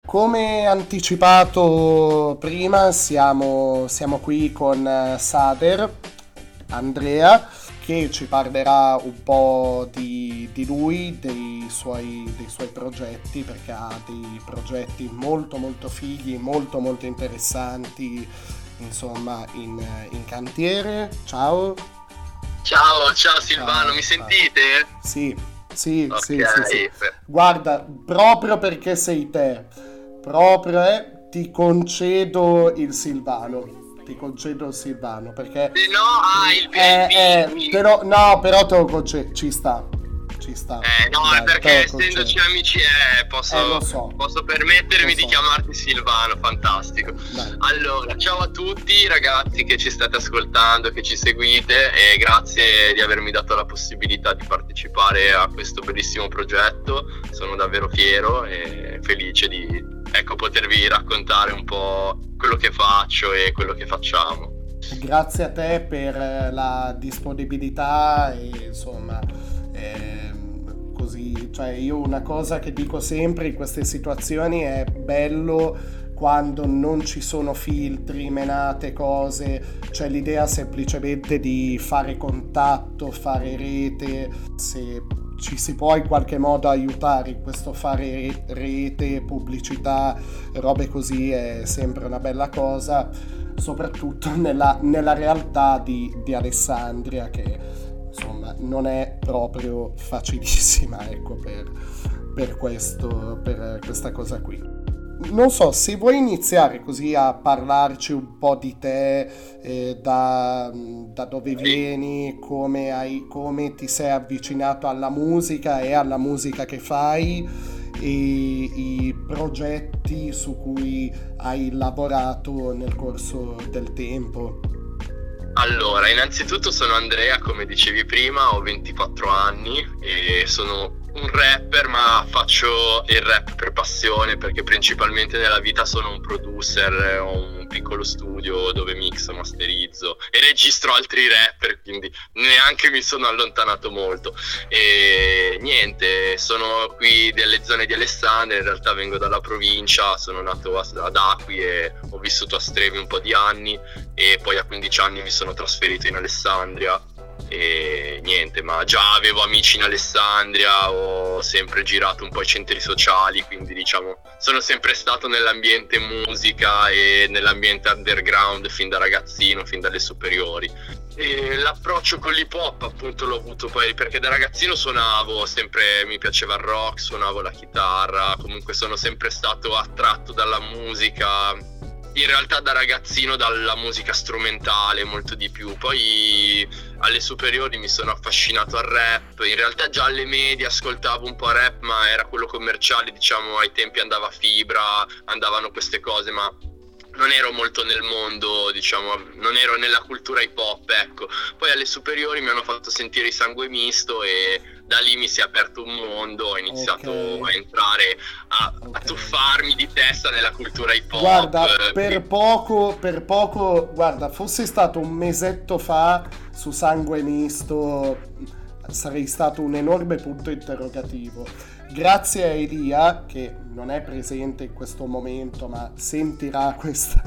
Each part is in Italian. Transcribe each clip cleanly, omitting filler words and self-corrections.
Come anticipato prima, siamo qui con Sader, Andrea, che ci parlerà un po' di lui, dei suoi progetti, perché ha dei progetti molto molto fighi, molto molto interessanti, insomma, in cantiere. Ciao. Ciao Silvano, mi sentite? Sì. Ok. Guarda, proprio perché sei te, ti concedo il Silvano. Perché No, il per però te lo concedo, ci sta. no, Dai, è te perché lo concedo. essendoci amici Lo so, posso permettermi lo di so. chiamarti Silvano, fantastico. Dai. Allora, ciao a tutti ragazzi che ci state ascoltando, che ci seguite, e grazie di avermi dato la possibilità di partecipare a questo bellissimo progetto. Sono davvero fiero e felice di potervi raccontare un po' quello che faccio e quello che facciamo. Grazie a te per la disponibilità e insomma, così, cioè io una cosa che dico sempre in queste situazioni è bello quando non ci sono filtri, menate, cose, c'è l'idea semplicemente di fare contatto, fare rete, se ci si può in qualche modo aiutare in questo fare rete, pubblicità, robe così è sempre una bella cosa, soprattutto nella realtà di Alessandria, che insomma non è proprio facilissima, ecco, per questa cosa qui. Non so, se vuoi iniziare così a parlarci un po' di te, da dove vieni, come ti sei avvicinato alla musica e alla musica che fai, e i progetti su cui hai lavorato nel corso del tempo. Allora, innanzitutto sono Andrea, come dicevi prima, ho 24 anni e sono un rapper, ma faccio il rap per passione, perché principalmente nella vita sono un producer, ho un piccolo studio dove mixo, masterizzo e registro altri rapper, quindi neanche mi sono allontanato molto. E niente, sono qui delle zone di Alessandria, in realtà vengo dalla provincia, sono nato ad Acqui e ho vissuto a Strevi un po' di anni e poi a 15 anni mi sono trasferito in Alessandria. E niente, ma già avevo amici in Alessandria, ho sempre girato un po' i centri sociali, quindi diciamo sono sempre stato nell'ambiente musica e nell'ambiente underground fin da ragazzino, fin dalle superiori. E l'approccio con l'hip hop appunto l'ho avuto poi perché da ragazzino suonavo, sempre mi piaceva il rock, suonavo la chitarra, comunque sono sempre stato attratto dalla musica. In realtà da ragazzino dalla musica strumentale molto di più, poi alle superiori mi sono affascinato al rap, in realtà già alle medie ascoltavo un po' rap, ma era quello commerciale, diciamo ai tempi andava Fibra, andavano queste cose, ma non ero molto nel mondo, diciamo, non ero nella cultura hip hop, ecco. Poi alle superiori mi hanno fatto sentire i Sangue Misto e da lì mi si è aperto un mondo, ho iniziato a entrare, a tuffarmi di testa nella cultura hip hop. Guarda, per poco, guarda, fosse stato un mesetto fa su Sangue Misto sarei stato un enorme punto interrogativo. Grazie a Elia, che non è presente in questo momento, ma sentirà questa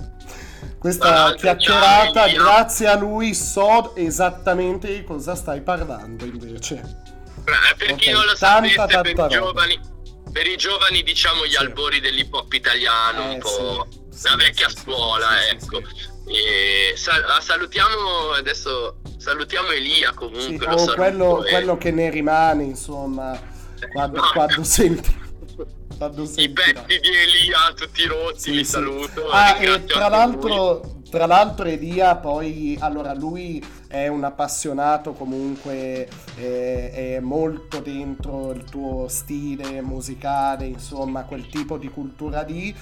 chiacchierata, grazie a lui so esattamente di cosa stai parlando invece. Per chi non lo sapesse, per i giovani diciamo gli albori dell'hip hop italiano, un po' la vecchia scuola, ecco. E salutiamo Elia comunque. Sì, quello che ne rimane, insomma, quando senti i pezzi di Elia tutti rotti, li saluto. E tra l'altro Elia poi, allora lui è un appassionato comunque, è molto dentro il tuo stile musicale, insomma quel tipo di cultura lì,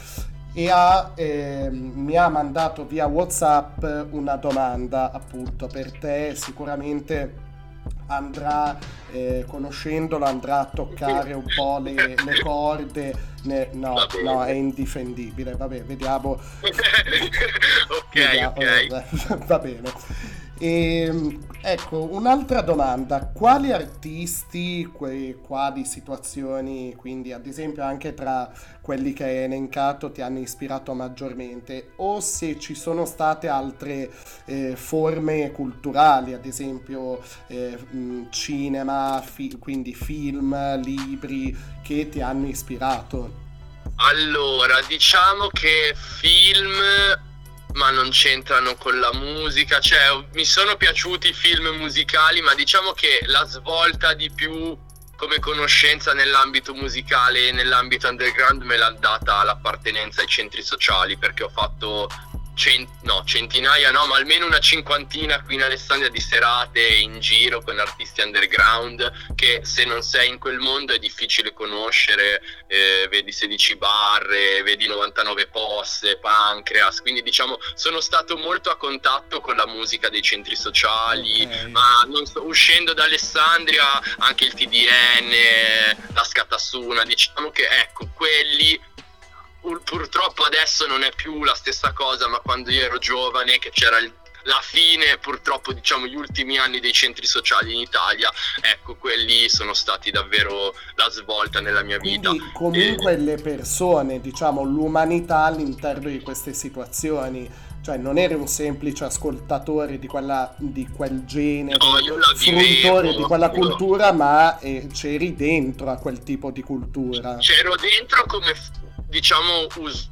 e mi ha mandato via WhatsApp una domanda appunto per te. Sicuramente andrà, conoscendolo, andrà a toccare un po' le corde. No, è indifendibile. Vabbè, vediamo. Ok. Va bene. E ecco, un'altra domanda: quali artisti, quali situazioni, quindi ad esempio anche tra quelli che hai elencato, ti hanno ispirato maggiormente, o se ci sono state altre forme culturali, ad esempio cinema, quindi film, libri, che ti hanno ispirato? Allora, diciamo che film, ma non c'entrano con la musica, cioè mi sono piaciuti i film musicali, ma diciamo che la svolta di più come conoscenza nell'ambito musicale e nell'ambito underground me l'ha data l'appartenenza ai centri sociali, perché ho fatto centinaia no, ma almeno una cinquantina qui in Alessandria di serate in giro con artisti underground che se non sei in quel mondo è difficile conoscere, vedi 16 barre, vedi 99 posse, Pancreas, quindi diciamo sono stato molto a contatto con la musica dei centri sociali, Ok. ma uscendo da Alessandria anche il TDN, la Scatassuna, diciamo che ecco quelli purtroppo adesso non è più la stessa cosa, ma quando io ero giovane che c'era la fine, purtroppo diciamo gli ultimi anni dei centri sociali in Italia, ecco quelli sono stati davvero la svolta nella mia vita. Quindi comunque le persone, diciamo l'umanità all'interno di queste situazioni, cioè non eri un semplice ascoltatore di quel genere, No, io la fruitore di vivevo, quella cultura, ma c'eri dentro a quel tipo di cultura. c'ero dentro come diciamo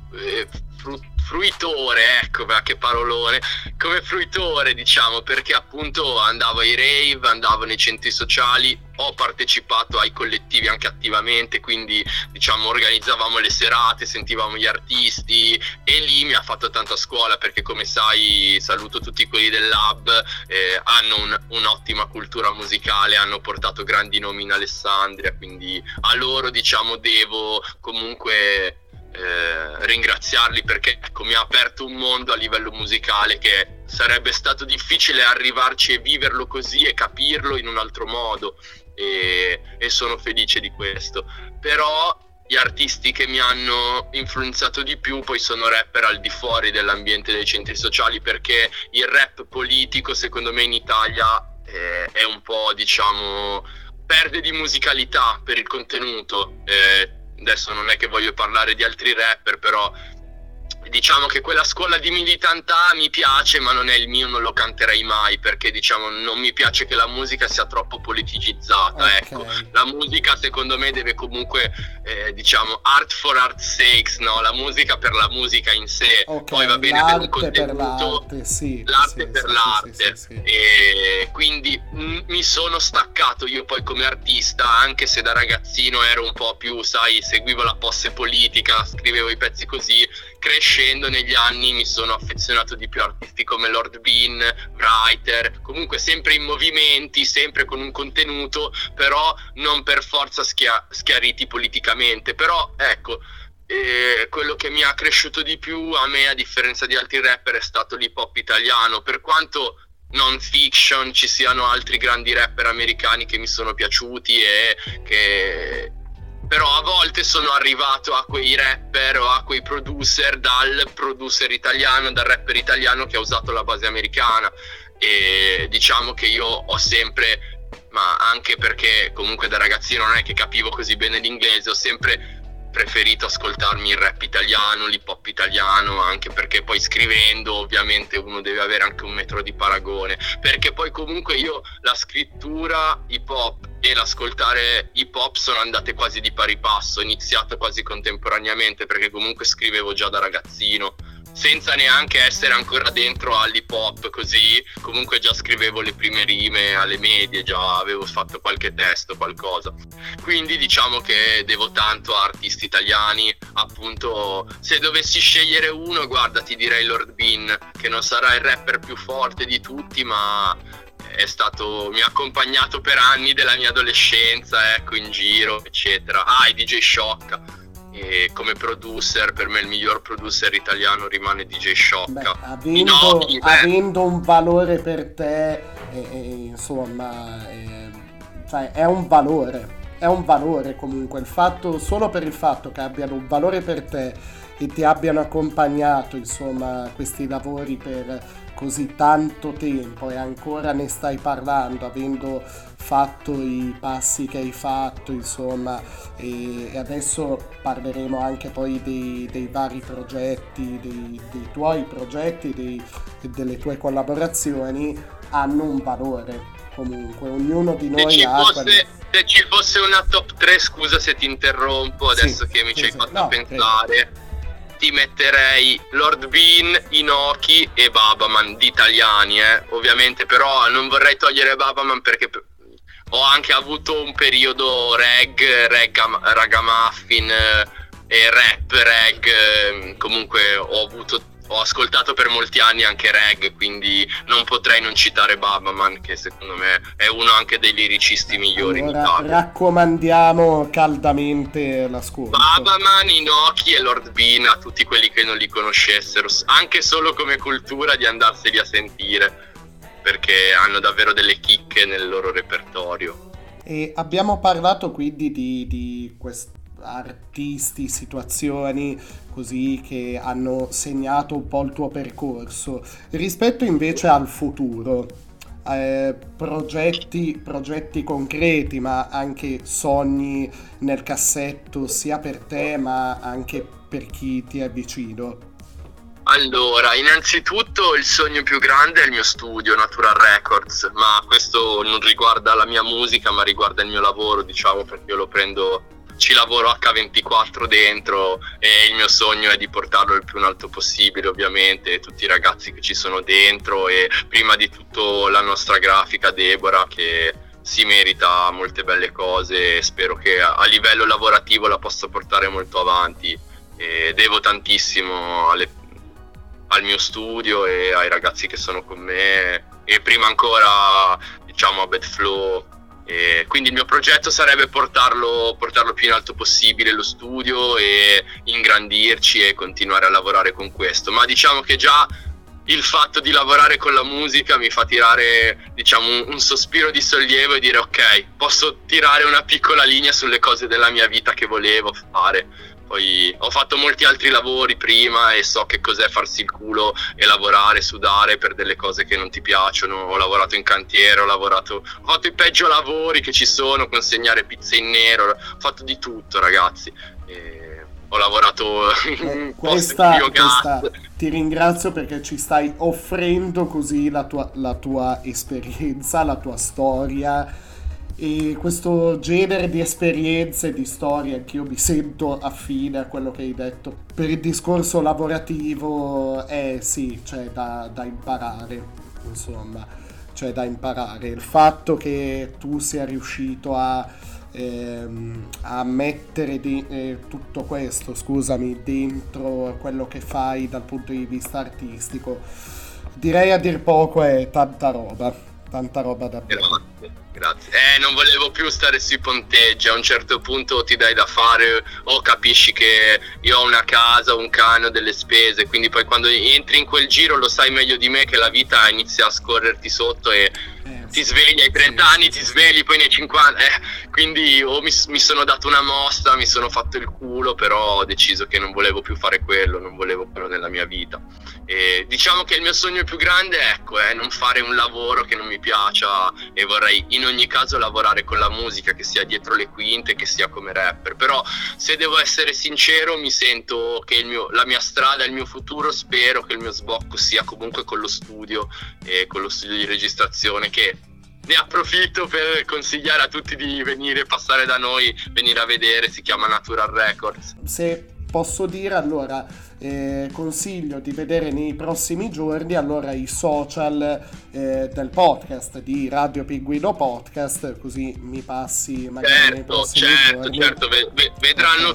fruitore, ecco, che parolone, come fruitore diciamo, perché appunto andavo ai rave, andavo nei centri sociali, ho partecipato ai collettivi anche attivamente, quindi diciamo organizzavamo le serate, sentivamo gli artisti e lì mi ha fatto tanto a scuola, perché come sai, saluto tutti quelli del lab, hanno un'ottima cultura musicale, hanno portato grandi nomi in Alessandria, quindi a loro diciamo devo comunque ringraziarli, perché ecco, mi ha aperto un mondo a livello musicale che sarebbe stato difficile arrivarci e viverlo così e capirlo in un altro modo, e sono felice di questo. Però gli artisti che mi hanno influenzato di più poi sono rapper al di fuori dell'ambiente dei centri sociali, perché il rap politico secondo me in Italia è un po', diciamo, perde di musicalità per il contenuto. Adesso non è che voglio parlare di altri rapper, però diciamo che quella scuola di militantà mi piace, ma non è il mio, non lo canterei mai, perché diciamo non mi piace che la musica sia troppo politicizzata. Ok. Ecco, la musica secondo me deve comunque diciamo art for art's sakes, no? La musica per la musica in sé, Ok, poi va bene avere un l'arte per contenuto, l'arte, sì, l'arte sì, per sì, l'arte, sì, sì, sì. e quindi mi sono staccato io poi come artista, anche se da ragazzino ero un po' più, sai, seguivo la posse politica, scrivevo i pezzi così. Crescendo negli anni mi sono affezionato di più a artisti come Lord Bean, Writer, comunque sempre in movimenti, sempre con un contenuto, però non per forza schiariti politicamente. Però ecco, quello che mi ha cresciuto di più a me, a differenza di altri rapper, è stato l'hip hop italiano, per quanto non fiction ci siano altri grandi rapper americani che mi sono piaciuti e che però a volte sono arrivato a quei rapper o a quei producer dal producer italiano, dal rapper italiano che ha usato la base americana, e diciamo che io ho sempre, ma anche perché comunque da ragazzino non è che capivo così bene l'inglese, ho sempre preferito ascoltarmi il rap italiano, l'hip hop italiano, anche perché poi scrivendo ovviamente uno deve avere anche un metro di paragone, perché poi comunque io la scrittura hip hop e l'ascoltare hip hop sono andate quasi di pari passo, ho iniziato quasi contemporaneamente, perché comunque scrivevo già da ragazzino, senza neanche essere ancora dentro all'hip hop, così comunque già scrivevo le prime rime alle medie, già avevo fatto qualche testo, qualcosa. Quindi diciamo che devo tanto a artisti italiani, appunto. Se dovessi scegliere uno, guarda, ti direi Lord Bean, che non sarà il rapper più forte di tutti, ma mi ha accompagnato per anni della mia adolescenza, ecco, in giro, eccetera. E DJ Sciocca. E come producer, per me il miglior producer italiano rimane DJ Sciocca. Beh, avendo un valore per te, insomma, cioè è un valore comunque, il fatto, solo per il fatto che abbiano un valore per te e ti abbiano accompagnato, insomma, questi lavori per così tanto tempo e ancora ne stai parlando, avendo fatto i passi che hai fatto, insomma, e adesso parleremo anche poi dei vari progetti, dei tuoi progetti, delle tue collaborazioni, hanno un valore. Comunque, ognuno di noi se ci fosse una top 3, scusa se ti interrompo, adesso che mi ci hai fatto pensare, ti metterei Lord Bean, Inoki e Babaman, di italiani, ovviamente, però non vorrei togliere Babaman perché ho anche avuto un periodo ragamuffin e rap reg, comunque ho ascoltato per molti anni anche reggae, quindi non potrei non citare Babaman, che secondo me è uno anche dei liricisti migliori in Italia. Raccomandiamo caldamente l'ascolto. Babaman, Inoki e Lord Bean, a tutti quelli che non li conoscessero, anche solo come cultura, di andarseli a sentire, perché hanno davvero delle chicche nel loro repertorio. E abbiamo parlato quindi di questi artisti, situazioni così che hanno segnato un po' il tuo percorso. Rispetto invece al futuro, progetti concreti, ma anche sogni nel cassetto, sia per te ma anche per chi ti è vicino. Allora, innanzitutto il sogno più grande è il mio studio, Natural Records, ma questo non riguarda la mia musica, ma riguarda il mio lavoro, diciamo, perché io ci lavoro H24 dentro e il mio sogno è di portarlo il più in alto possibile, ovviamente, e tutti i ragazzi che ci sono dentro, e prima di tutto la nostra grafica Deborah, che si merita molte belle cose, e spero che a livello lavorativo la possa portare molto avanti, e devo tantissimo al mio studio e ai ragazzi che sono con me, e prima ancora, diciamo, a Bad Flow. E quindi il mio progetto sarebbe portarlo più in alto possibile lo studio e ingrandirci e continuare a lavorare con questo. Ma diciamo che già il fatto di lavorare con la musica mi fa tirare, diciamo, un sospiro di sollievo e dire ok, posso tirare una piccola linea sulle cose della mia vita che volevo fare. Poi ho fatto molti altri lavori prima e so che cos'è farsi il culo e lavorare, sudare per delle cose che non ti piacciono. Ho lavorato in cantiere, ho fatto i peggio lavori che ci sono, consegnare pizze in nero, ho fatto di tutto, ragazzi. Ho lavorato in questa ti ringrazio perché ci stai offrendo così la tua esperienza, la tua storia. E questo genere di esperienze, di storie, anch'io mi sento affine a quello che hai detto. Per il discorso lavorativo, sì, c'è da imparare, insomma, c'è da imparare. Il fatto che tu sia riuscito a mettere tutto questo, scusami, dentro quello che fai dal punto di vista artistico, direi a dir poco è tanta roba davvero. Grazie. Non volevo più stare sui ponteggi, a un certo punto ti dai da fare o capisci che io ho una casa, un cane, ho delle spese, quindi poi quando entri in quel giro lo sai meglio di me che la vita inizia a scorrerti sotto e ti svegli ai 30 anni, ti svegli poi nei 50, quindi mi sono dato una mossa, mi sono fatto il culo, però ho deciso che non volevo più fare quello, non volevo quello nella mia vita. E diciamo che il mio sogno più grande è non fare un lavoro che non mi piaccia, e vorrei in ogni caso lavorare con la musica, che sia dietro le quinte, che sia come rapper. Però se devo essere sincero, mi sento che la mia strada, il mio futuro, spero che il mio sbocco sia comunque con lo studio, e con lo studio di registrazione, che ne approfitto per consigliare a tutti di venire, passare da noi, venire a vedere, si chiama Natural Records. Se posso dire, allora consiglio di vedere nei prossimi giorni allora i social del podcast di Radio Pinguino Podcast, così mi passi magari nei prossimi giorni. Certo, vedranno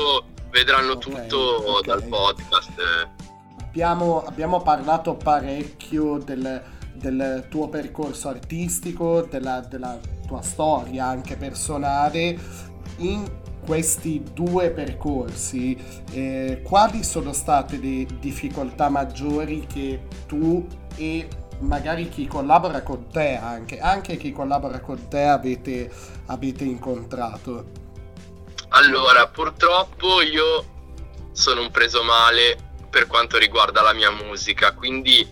tutto dal podcast. Abbiamo parlato parecchio del tuo percorso artistico, della tua storia anche personale. In questi due percorsi, quali sono state le difficoltà maggiori che tu e magari chi collabora con te, anche chi collabora con te, avete incontrato? Allora, purtroppo io sono un preso male per quanto riguarda la mia musica, quindi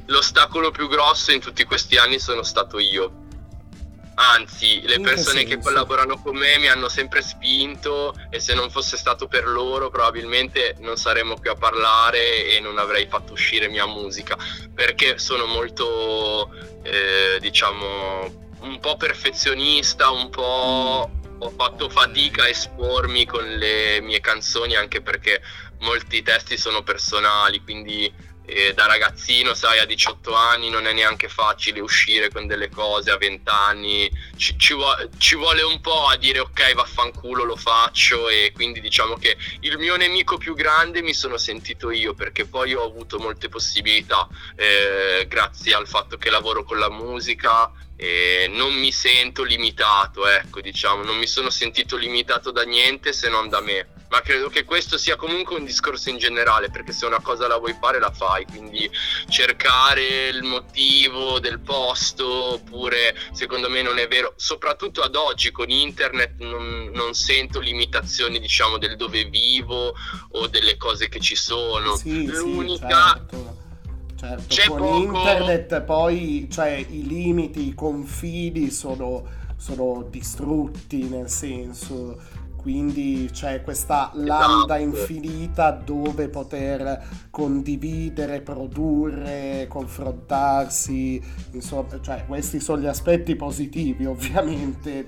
l'ostacolo più grosso in tutti questi anni sono stato io. Anzi, le persone che collaborano con me mi hanno sempre spinto, e se non fosse stato per loro probabilmente non saremmo qui a parlare e non avrei fatto uscire mia musica, perché sono molto diciamo un po' perfezionista, un po' ho fatto fatica a espormi con le mie canzoni, anche perché molti testi sono personali, quindi da ragazzino, sai, a 18 anni non è neanche facile uscire con delle cose, a 20 anni ci vuole un po' a dire ok, vaffanculo, lo faccio. E quindi diciamo che il mio nemico più grande mi sono sentito io, perché poi ho avuto molte possibilità grazie al fatto che lavoro con la musica e non mi sento limitato, ecco, diciamo, non mi sono sentito limitato da niente se non da me. Ma credo che questo sia comunque un discorso in generale, perché se una cosa la vuoi fare la fai, quindi cercare il motivo del posto, oppure secondo me non è vero, soprattutto ad oggi con internet non sento limitazioni, diciamo, del dove vivo o delle cose che ci sono. Sì, l'unica certo. C'è con poco... internet poi, cioè, i limiti, i confini sono distrutti, nel senso, quindi c'è questa landa infinita dove poter condividere, produrre, confrontarsi, insomma, cioè questi sono gli aspetti positivi ovviamente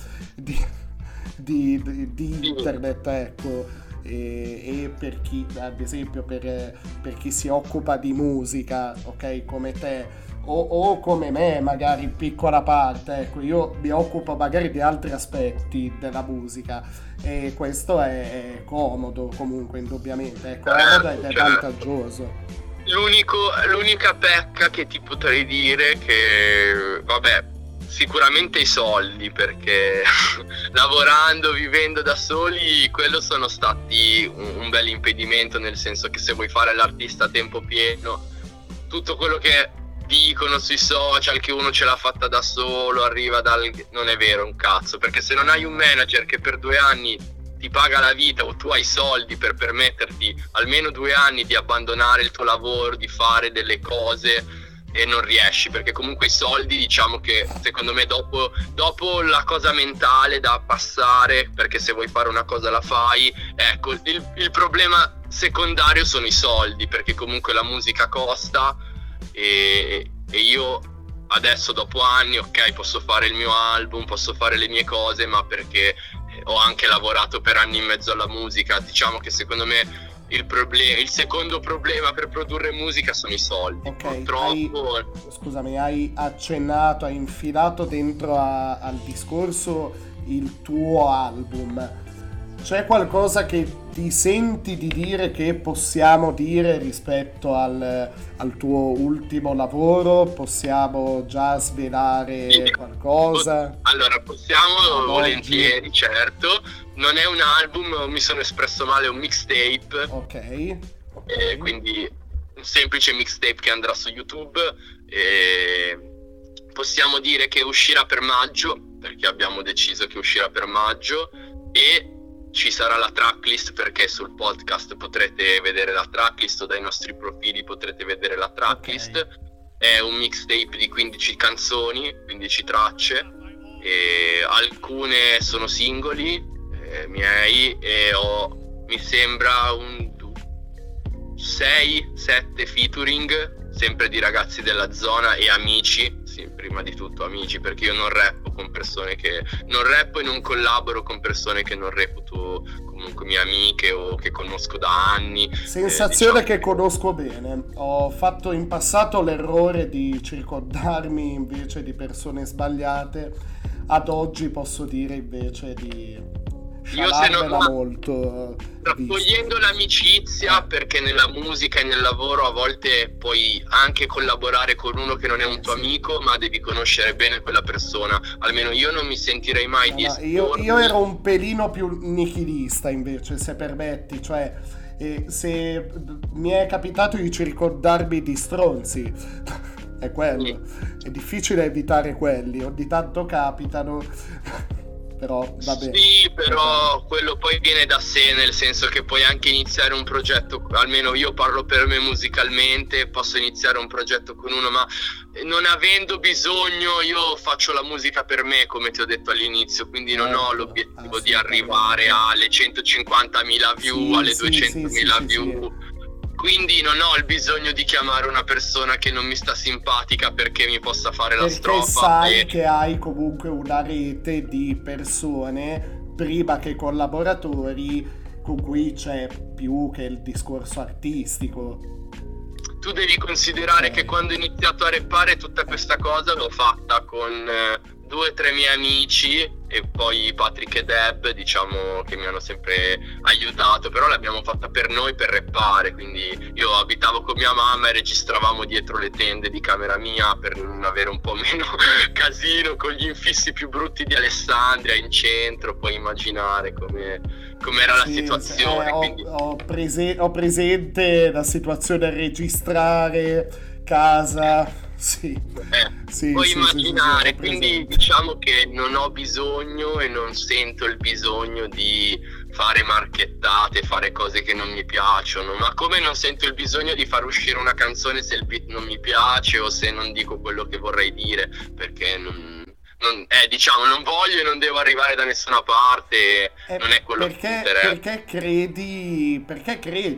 di internet, ecco. E per chi, ad esempio, per chi si occupa di musica, ok, come te o come me, magari in piccola parte, ecco, io mi occupo magari di altri aspetti della musica, e questo è comodo, comunque, indubbiamente è comodo ed è vantaggioso. L'unica pecca che ti potrei dire, che vabbè, sicuramente i soldi, perché lavorando, vivendo da soli, quello sono stati un bel impedimento, nel senso che se vuoi fare l'artista a tempo pieno, tutto quello che dicono sui social che uno ce l'ha fatta da solo, arriva non è vero un cazzo, perché se non hai un manager che per 2 anni ti paga la vita, o tu hai soldi per permetterti almeno 2 anni di abbandonare il tuo lavoro, di fare delle cose, e non riesci, perché comunque i soldi, diciamo che secondo me dopo la cosa mentale da passare, perché se vuoi fare una cosa la fai, ecco, il problema secondario sono i soldi, perché comunque la musica costa, e io adesso dopo anni, ok, posso fare il mio album, posso fare le mie cose, ma perché ho anche lavorato per anni in mezzo alla musica. Diciamo che secondo me il secondo problema per produrre musica sono i soldi. Okay, purtroppo scusami, hai accennato, hai infilato dentro al discorso il tuo album. C'è qualcosa che ti senti di dire, che possiamo dire rispetto al tuo ultimo lavoro? Possiamo già svelare qualcosa? Allora, possiamo volentieri, certo. Non è un album, mi sono espresso male, è un mixtape. Ok. Quindi un semplice mixtape che andrà su YouTube. Possiamo dire che uscirà per maggio, perché abbiamo deciso che uscirà per maggio, e ci sarà la tracklist, perché sul podcast potrete vedere la tracklist, o dai nostri profili potrete vedere la tracklist. Okay. È un mixtape di 15 canzoni, 15 tracce, e alcune sono singoli miei, e mi sembra un 6-7 featuring, sempre di ragazzi della zona e amici. Sì, prima di tutto amici, perché io non rappo con persone che non rappo e non collaboro con persone che non reputo comunque mie amiche o che conosco da anni. Sensazione diciamo che conosco bene. Ho fatto in passato l'errore di circondarmi invece di persone sbagliate. Ad oggi posso dire invece di molto, raccogliendo l'amicizia, perché nella musica e nel lavoro a volte puoi anche collaborare con uno che non è un tuo amico, ma devi conoscere bene quella persona. Almeno io non mi sentirei mai di espormi. Io ero un pelino più nichilista invece, se permetti, cioè se mi è capitato di circondarmi di stronzi, è quello. È difficile evitare quelli, ogni tanto capitano. però va bene. Sì, però quello poi viene da sé, nel senso che puoi anche iniziare un progetto, almeno io parlo per me musicalmente, posso iniziare un progetto con uno, ma non avendo bisogno, io faccio la musica per me, come ti ho detto all'inizio, quindi non ho l'obiettivo di arrivare alle 150.000 view, alle 200.000 view. Sì. Quindi non ho il bisogno di chiamare una persona che non mi sta simpatica perché mi possa fare la strofa. Perché sai che hai comunque una rete di persone, prima che collaboratori, con cui c'è più che il discorso artistico. Tu devi considerare che quando ho iniziato a rappare tutta questa cosa l'ho fatta con 2 o 3 miei amici e poi Patrick e Deb, diciamo, che mi hanno sempre aiutato, però l'abbiamo fatta per noi, per rappare, quindi io abitavo con mia mamma e registravamo dietro le tende di camera mia per non avere un po' meno casino, con gli infissi più brutti di Alessandria in centro, puoi immaginare com'era la situazione. Ho presente la situazione a registrare casa. Sì, puoi immaginare, quindi diciamo che non ho bisogno e non sento il bisogno di fare marchettate, fare cose che non mi piacciono, ma come non sento il bisogno di far uscire una canzone se il beat non mi piace o se non dico quello che vorrei dire, perché non voglio e non devo arrivare da nessuna parte, non è quello che interessa. Perché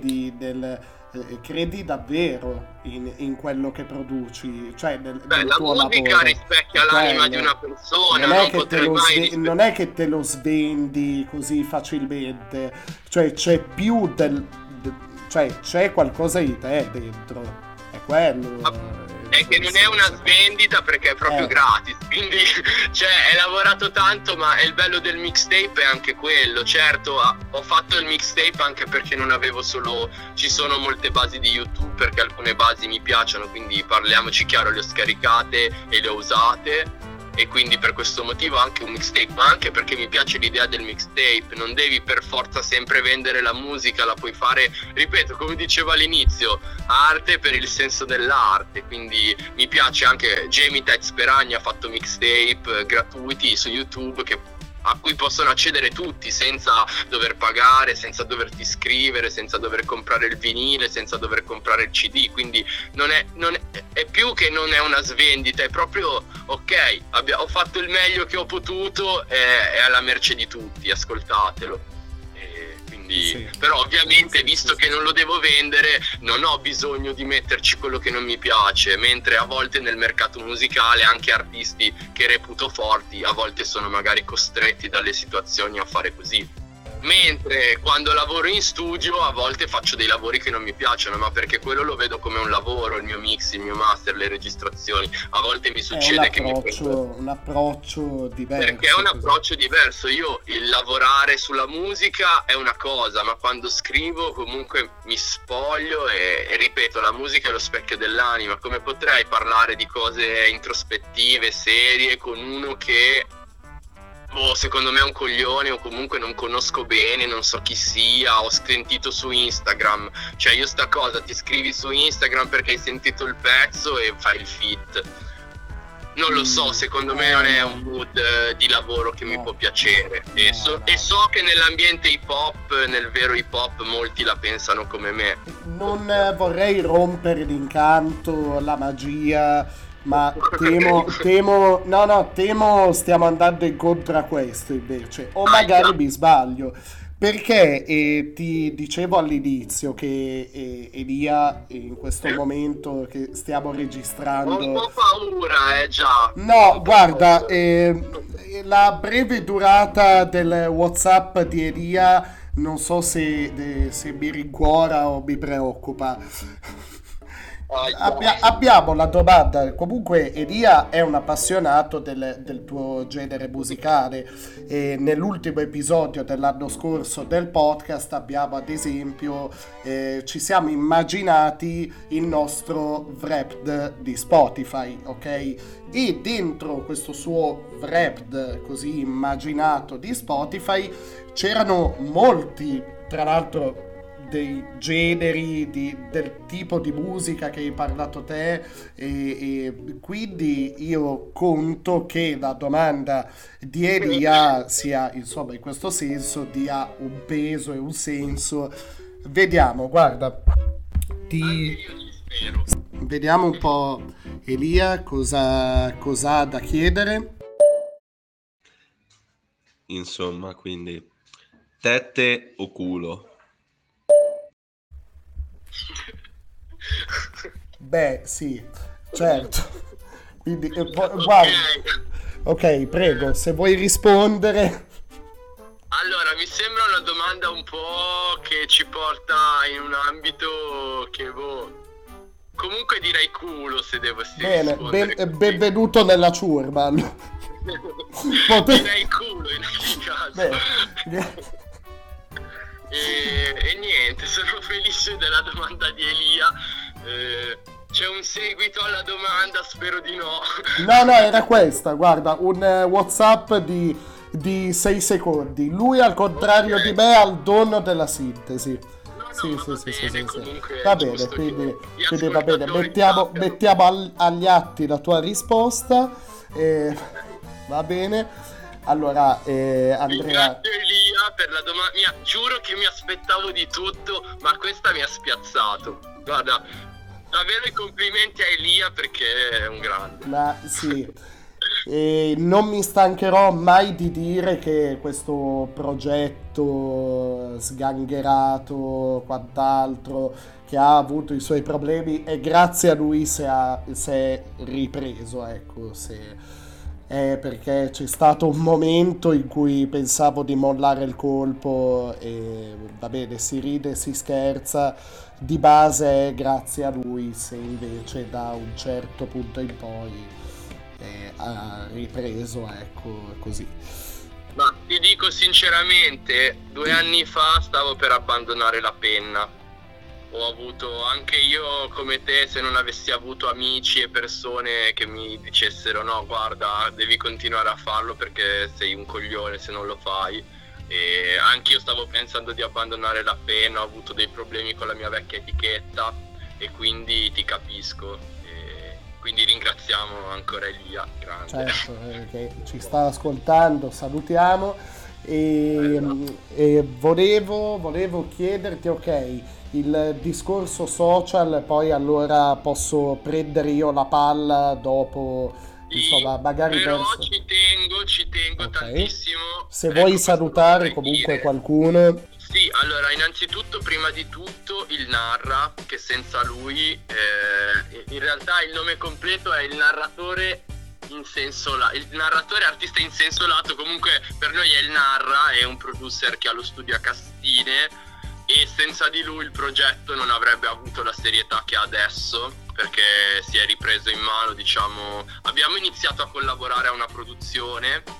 credi davvero in quello che produci, cioè nel la tuo musica lavoro. rispecchia l'anima di una persona, non è che te lo svendi così facilmente, cioè c'è più cioè c'è qualcosa di te dentro, è quello. È che non è una svendita perché è proprio gratis, quindi hai lavorato tanto, ma il bello del mixtape è anche quello. Certo, ho fatto il mixtape anche perché non avevo ci sono molte basi di YouTube, perché alcune basi mi piacciono, quindi parliamoci chiaro, le ho scaricate e le ho usate, e quindi per questo motivo anche un mixtape, ma anche perché mi piace l'idea del mixtape. Non devi per forza sempre vendere la musica, la puoi fare, ripeto, come dicevo all'inizio, arte per il senso dell'arte. Quindi mi piace anche Jamie Tights Peragna ha fatto mixtape gratuiti su YouTube a cui possono accedere tutti senza dover pagare, senza doverti iscrivere, senza dover comprare il vinile, senza dover comprare il CD. Quindi è più che non è una svendita, è proprio ok, ho fatto il meglio che ho potuto, è alla merce di tutti, ascoltatelo. Però ovviamente visto che non lo devo vendere, non ho bisogno di metterci quello che non mi piace, mentre a volte nel mercato musicale anche artisti che reputo forti a volte sono magari costretti dalle situazioni a fare così. Mentre quando lavoro in studio a volte faccio dei lavori che non mi piacciono, ma perché quello lo vedo come un lavoro, il mio mix, il mio master, le registrazioni. A volte mi succede che un approccio diverso. Perché è un approccio diverso. Io il lavorare sulla musica è una cosa, ma quando scrivo comunque mi spoglio e ripeto, la musica è lo specchio dell'anima. Come potrei parlare di cose introspettive, serie, con uno che secondo me è un coglione, o comunque non conosco bene, non so chi sia, ho sentito su Instagram. Cioè io sta cosa, ti scrivi su Instagram perché hai sentito il pezzo e fai il feat. Non lo so, secondo me non è un mood di lavoro che mi può piacere. E so che nell'ambiente hip hop, nel vero hip hop, molti la pensano come me. Non vorrei rompere l'incanto, la magia, ma temo stiamo andando incontro a questo invece, o magari mi sbaglio, perché ti dicevo all'inizio che Elia in questo momento che stiamo registrando ho un po' paura, già. No, guarda, la breve durata del WhatsApp di Elia non so se mi rincuora o mi preoccupa. Abbiamo la domanda. Comunque Elia è un appassionato del tuo genere musicale e nell'ultimo episodio dell'anno scorso del podcast abbiamo ad esempio ci siamo immaginati il nostro Wrapped di Spotify, ok? E dentro questo suo Wrapped così immaginato di Spotify c'erano molti, tra l'altro dei generi, del tipo di musica che hai parlato te, e quindi io conto che la domanda di Elia sia, insomma, in questo senso dia un peso e un senso. Vediamo, guarda, vediamo un po' Elia cosa ha da chiedere. Insomma, quindi tette o culo? Beh, sì, certo. Quindi, guarda, ok, prego, se vuoi rispondere. Allora, mi sembra una domanda un po' che ci porta in un ambito che comunque direi culo se devo Bene, rispondere. benvenuto nella ciurma. Direi culo in ogni caso. E niente, sono felice della domanda di Elia. C'è un seguito alla domanda? Spero di no. No, era questa, guarda, un WhatsApp di 6 secondi. Lui, al contrario di me, ha il dono della sintesi. Sì. Va bene, quindi va bene. Mettiamo agli atti la tua risposta. Va bene. Allora, Andrea. Ringrazio Elia per la domanda. Giuro che mi aspettavo di tutto, ma questa mi ha spiazzato. Guarda, davvero i complimenti a Elia perché è un grande. Ma sì. E non mi stancherò mai di dire che questo progetto sgangherato, quant'altro, che ha avuto i suoi problemi, e grazie a lui si è ripreso, ecco, perché c'è stato un momento in cui pensavo di mollare il colpo, e va bene, si ride, si scherza, di base è grazie a lui se invece da un certo punto in poi ha ripreso, ecco, così. Ma ti dico sinceramente, 2 anni fa stavo per abbandonare la penna. Ho avuto anche io, come te, se non avessi avuto amici e persone che mi dicessero no, guarda, devi continuare a farlo perché sei un coglione se non lo fai. E anche io stavo pensando di abbandonare la penna, ho avuto dei problemi con la mia vecchia etichetta e quindi ti capisco. Quindi ringraziamo ancora Elia, grande. Certo, che ci sta ascoltando, salutiamo. E volevo chiederti, ok, il discorso social, poi allora posso prendere io la palla dopo, sì, insomma, magari però verso... ci tengo okay. Tantissimo. Se vuoi salutare comunque qualcuno. Sì, allora, innanzitutto, prima di tutto, il Narra, che senza lui, in realtà il nome completo è il narratore in senso il narratore artista in senso lato, comunque per noi è il Narra, è un producer che ha lo studio a Castine, e senza di lui il progetto non avrebbe avuto la serietà che ha adesso, perché si è ripreso in mano, diciamo, abbiamo iniziato a collaborare a una produzione.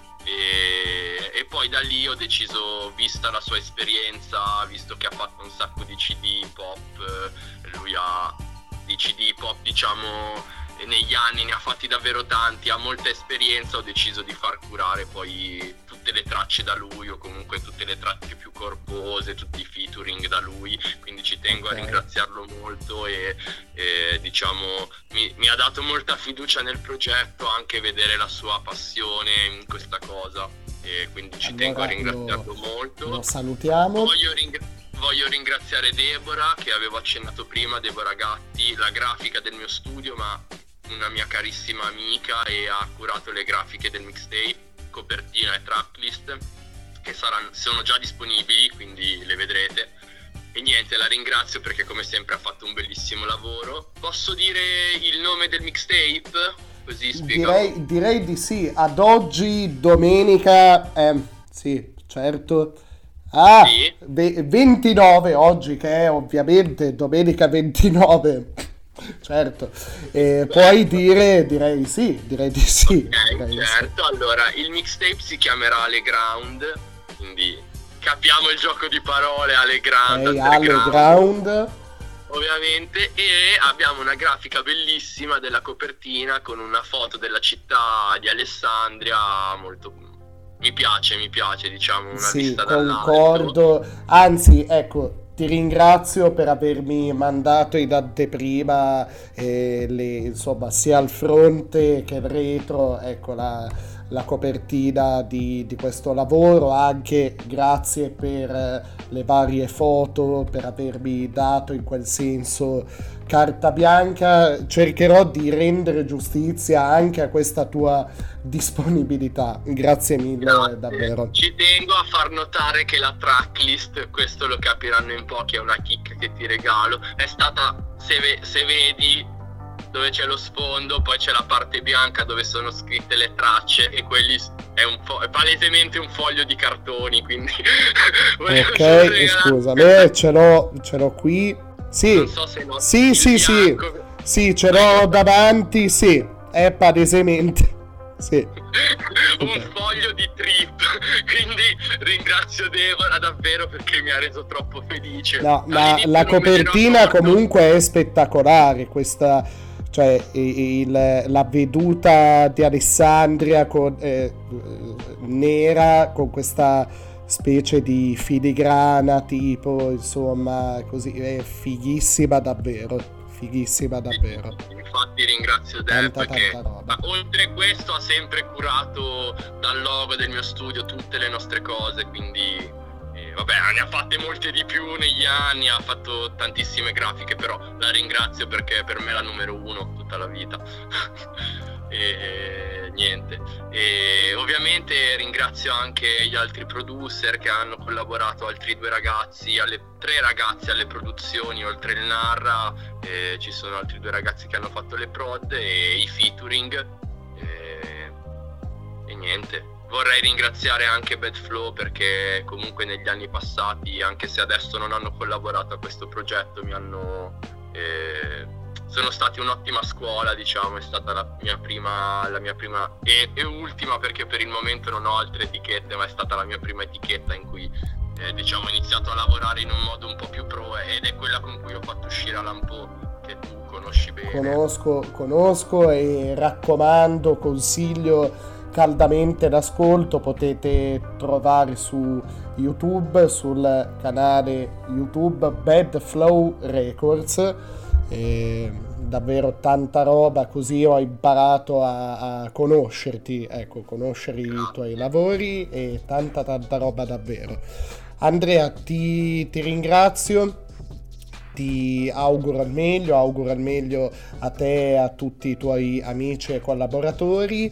E poi da lì ho deciso, vista la sua esperienza, visto che ha fatto un sacco di CD pop, lui ha di CD pop, diciamo, negli anni ne ha fatti davvero tanti, ha molta esperienza, ho deciso di far curare poi tutte le tracce da lui, o comunque tutte le tracce più corpose, tutti i featuring da lui, quindi ci tengo a ringraziarlo molto e diciamo mi ha dato molta fiducia nel progetto, anche vedere la sua passione in questa cosa, e quindi ci tengo a ringraziarlo molto. Lo salutiamo. Voglio ringraziare Deborah, che avevo accennato prima, Deborah Gatti, la grafica del mio studio, ma una mia carissima amica, e ha curato le grafiche del mixtape, copertina e tracklist, che sono già disponibili, quindi le vedrete. E niente, la ringrazio perché come sempre ha fatto un bellissimo lavoro. Posso dire il nome del mixtape? Così spiego. Direi di sì. Ad oggi, domenica, sì, certo. Sì. 29 oggi, che è ovviamente domenica 29. Certo, puoi direi di sì. Ok, certo. Allora, il mixtape si chiamerà Ale Ground, quindi capiamo il gioco di parole, Ale Ground, ovviamente, e abbiamo una grafica bellissima della copertina con una foto della città di Alessandria, molto... mi piace, diciamo, una vista dall'alto. Concordo, anzi, ecco, ti ringrazio per avermi mandato in anteprima insomma, sia il fronte che il retro, ecco, la copertina di questo lavoro. Anche grazie per le varie foto, per avermi dato in quel senso carta bianca. Cercherò di rendere giustizia anche a questa tua disponibilità. Grazie mille, davvero. Ci tengo a far notare che la tracklist, questo lo capiranno in pochi, è una chicca che ti regalo, è stata, se vedi dove c'è lo sfondo, poi c'è la parte bianca dove sono scritte le tracce, e quelli è palesemente un foglio di cartoni, quindi ok, scusami, ce l'ho qui. Sì, non so se sì, ce l'ho davanti, sì, è palesemente sì. Un foglio di trip, quindi ringrazio Deborah davvero perché mi ha reso troppo felice. No, ma la copertina comunque è spettacolare, questa, cioè la veduta di Alessandria nera con questa specie di filigrana tipo, insomma, così, è fighissima davvero. Infatti ringrazio Deb perché oltre questo ha sempre curato dal logo del mio studio tutte le nostre cose, quindi vabbè, ne ha fatte molte di più negli anni, ha fatto tantissime grafiche, però la ringrazio perché per me è la numero uno tutta la vita. E niente, e ovviamente ringrazio anche gli altri producer che hanno collaborato, altri 2 ragazzi, 3 ragazzi alle produzioni, oltre il Narra ci sono altri 2 ragazzi che hanno fatto le prod e i featuring, e niente, vorrei ringraziare anche Bad Flow perché comunque negli anni passati, anche se adesso non hanno collaborato a questo progetto, sono stati un'ottima scuola, diciamo. È stata la mia prima e ultima, perché per il momento non ho altre etichette, ma è stata la mia prima etichetta in cui diciamo ho iniziato a lavorare in un modo un po' più pro, ed è quella con cui ho fatto uscire Alampo, che tu conosci bene. Conosco e raccomando, consiglio caldamente l'ascolto. Potete trovare su YouTube, sul canale YouTube Bad Flow Records, davvero tanta roba, così ho imparato a conoscerti, ecco, conoscere i tuoi lavori, e tanta roba davvero. Andrea, ti ringrazio, ti auguro il meglio a te e a tutti i tuoi amici e collaboratori.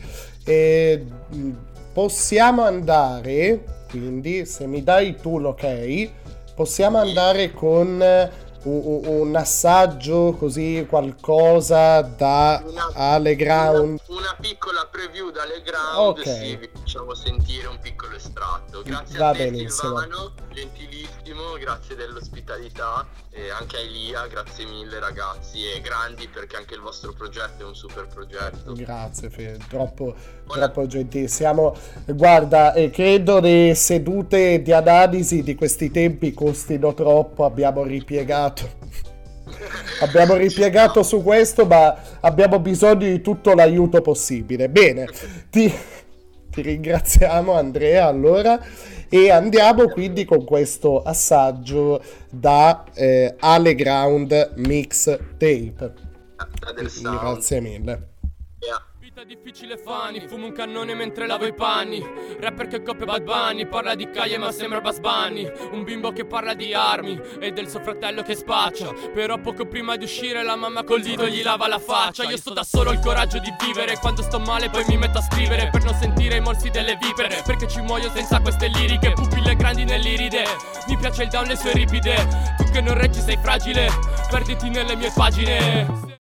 Possiamo andare, quindi, se mi dai tu l'ok, possiamo andare con un assaggio, così, qualcosa da Aleground. Una piccola preview da Aleground, ok. Sì, vi facciamo sentire un piccolo estratto. Grazie Va a te benissimo. Silvano, gentilissimo, grazie dell'ospitalità, e anche a Elia, grazie mille ragazzi, e grandi, perché anche il vostro progetto è un super progetto. Grazie troppo gentili siamo. Guarda, credo le sedute di analisi di questi tempi costino troppo, abbiamo ripiegato su questo, ma abbiamo bisogno di tutto l'aiuto possibile. Bene, ti ringraziamo Andrea, allora, e andiamo quindi con questo assaggio da Aleground Mixtape. Grazie mille. Vita difficile Fanny, fumo un cannone mentre lavo i panni. Rapper che copia Bad Bunny, parla di Calle ma sembra Buzz Bunny. Un bimbo che parla di armi e del suo fratello che spaccia. Però poco prima di uscire la mamma col dito gli lava la faccia. Io sto da solo, ho il coraggio di vivere. Quando sto male poi mi metto a scrivere, per non sentire i morsi delle vipere, perché ci muoio senza queste liriche. Pupille grandi nell'iride, mi piace il down, le sue ripide. Tu che non reggi sei fragile, perditi nelle mie pagine.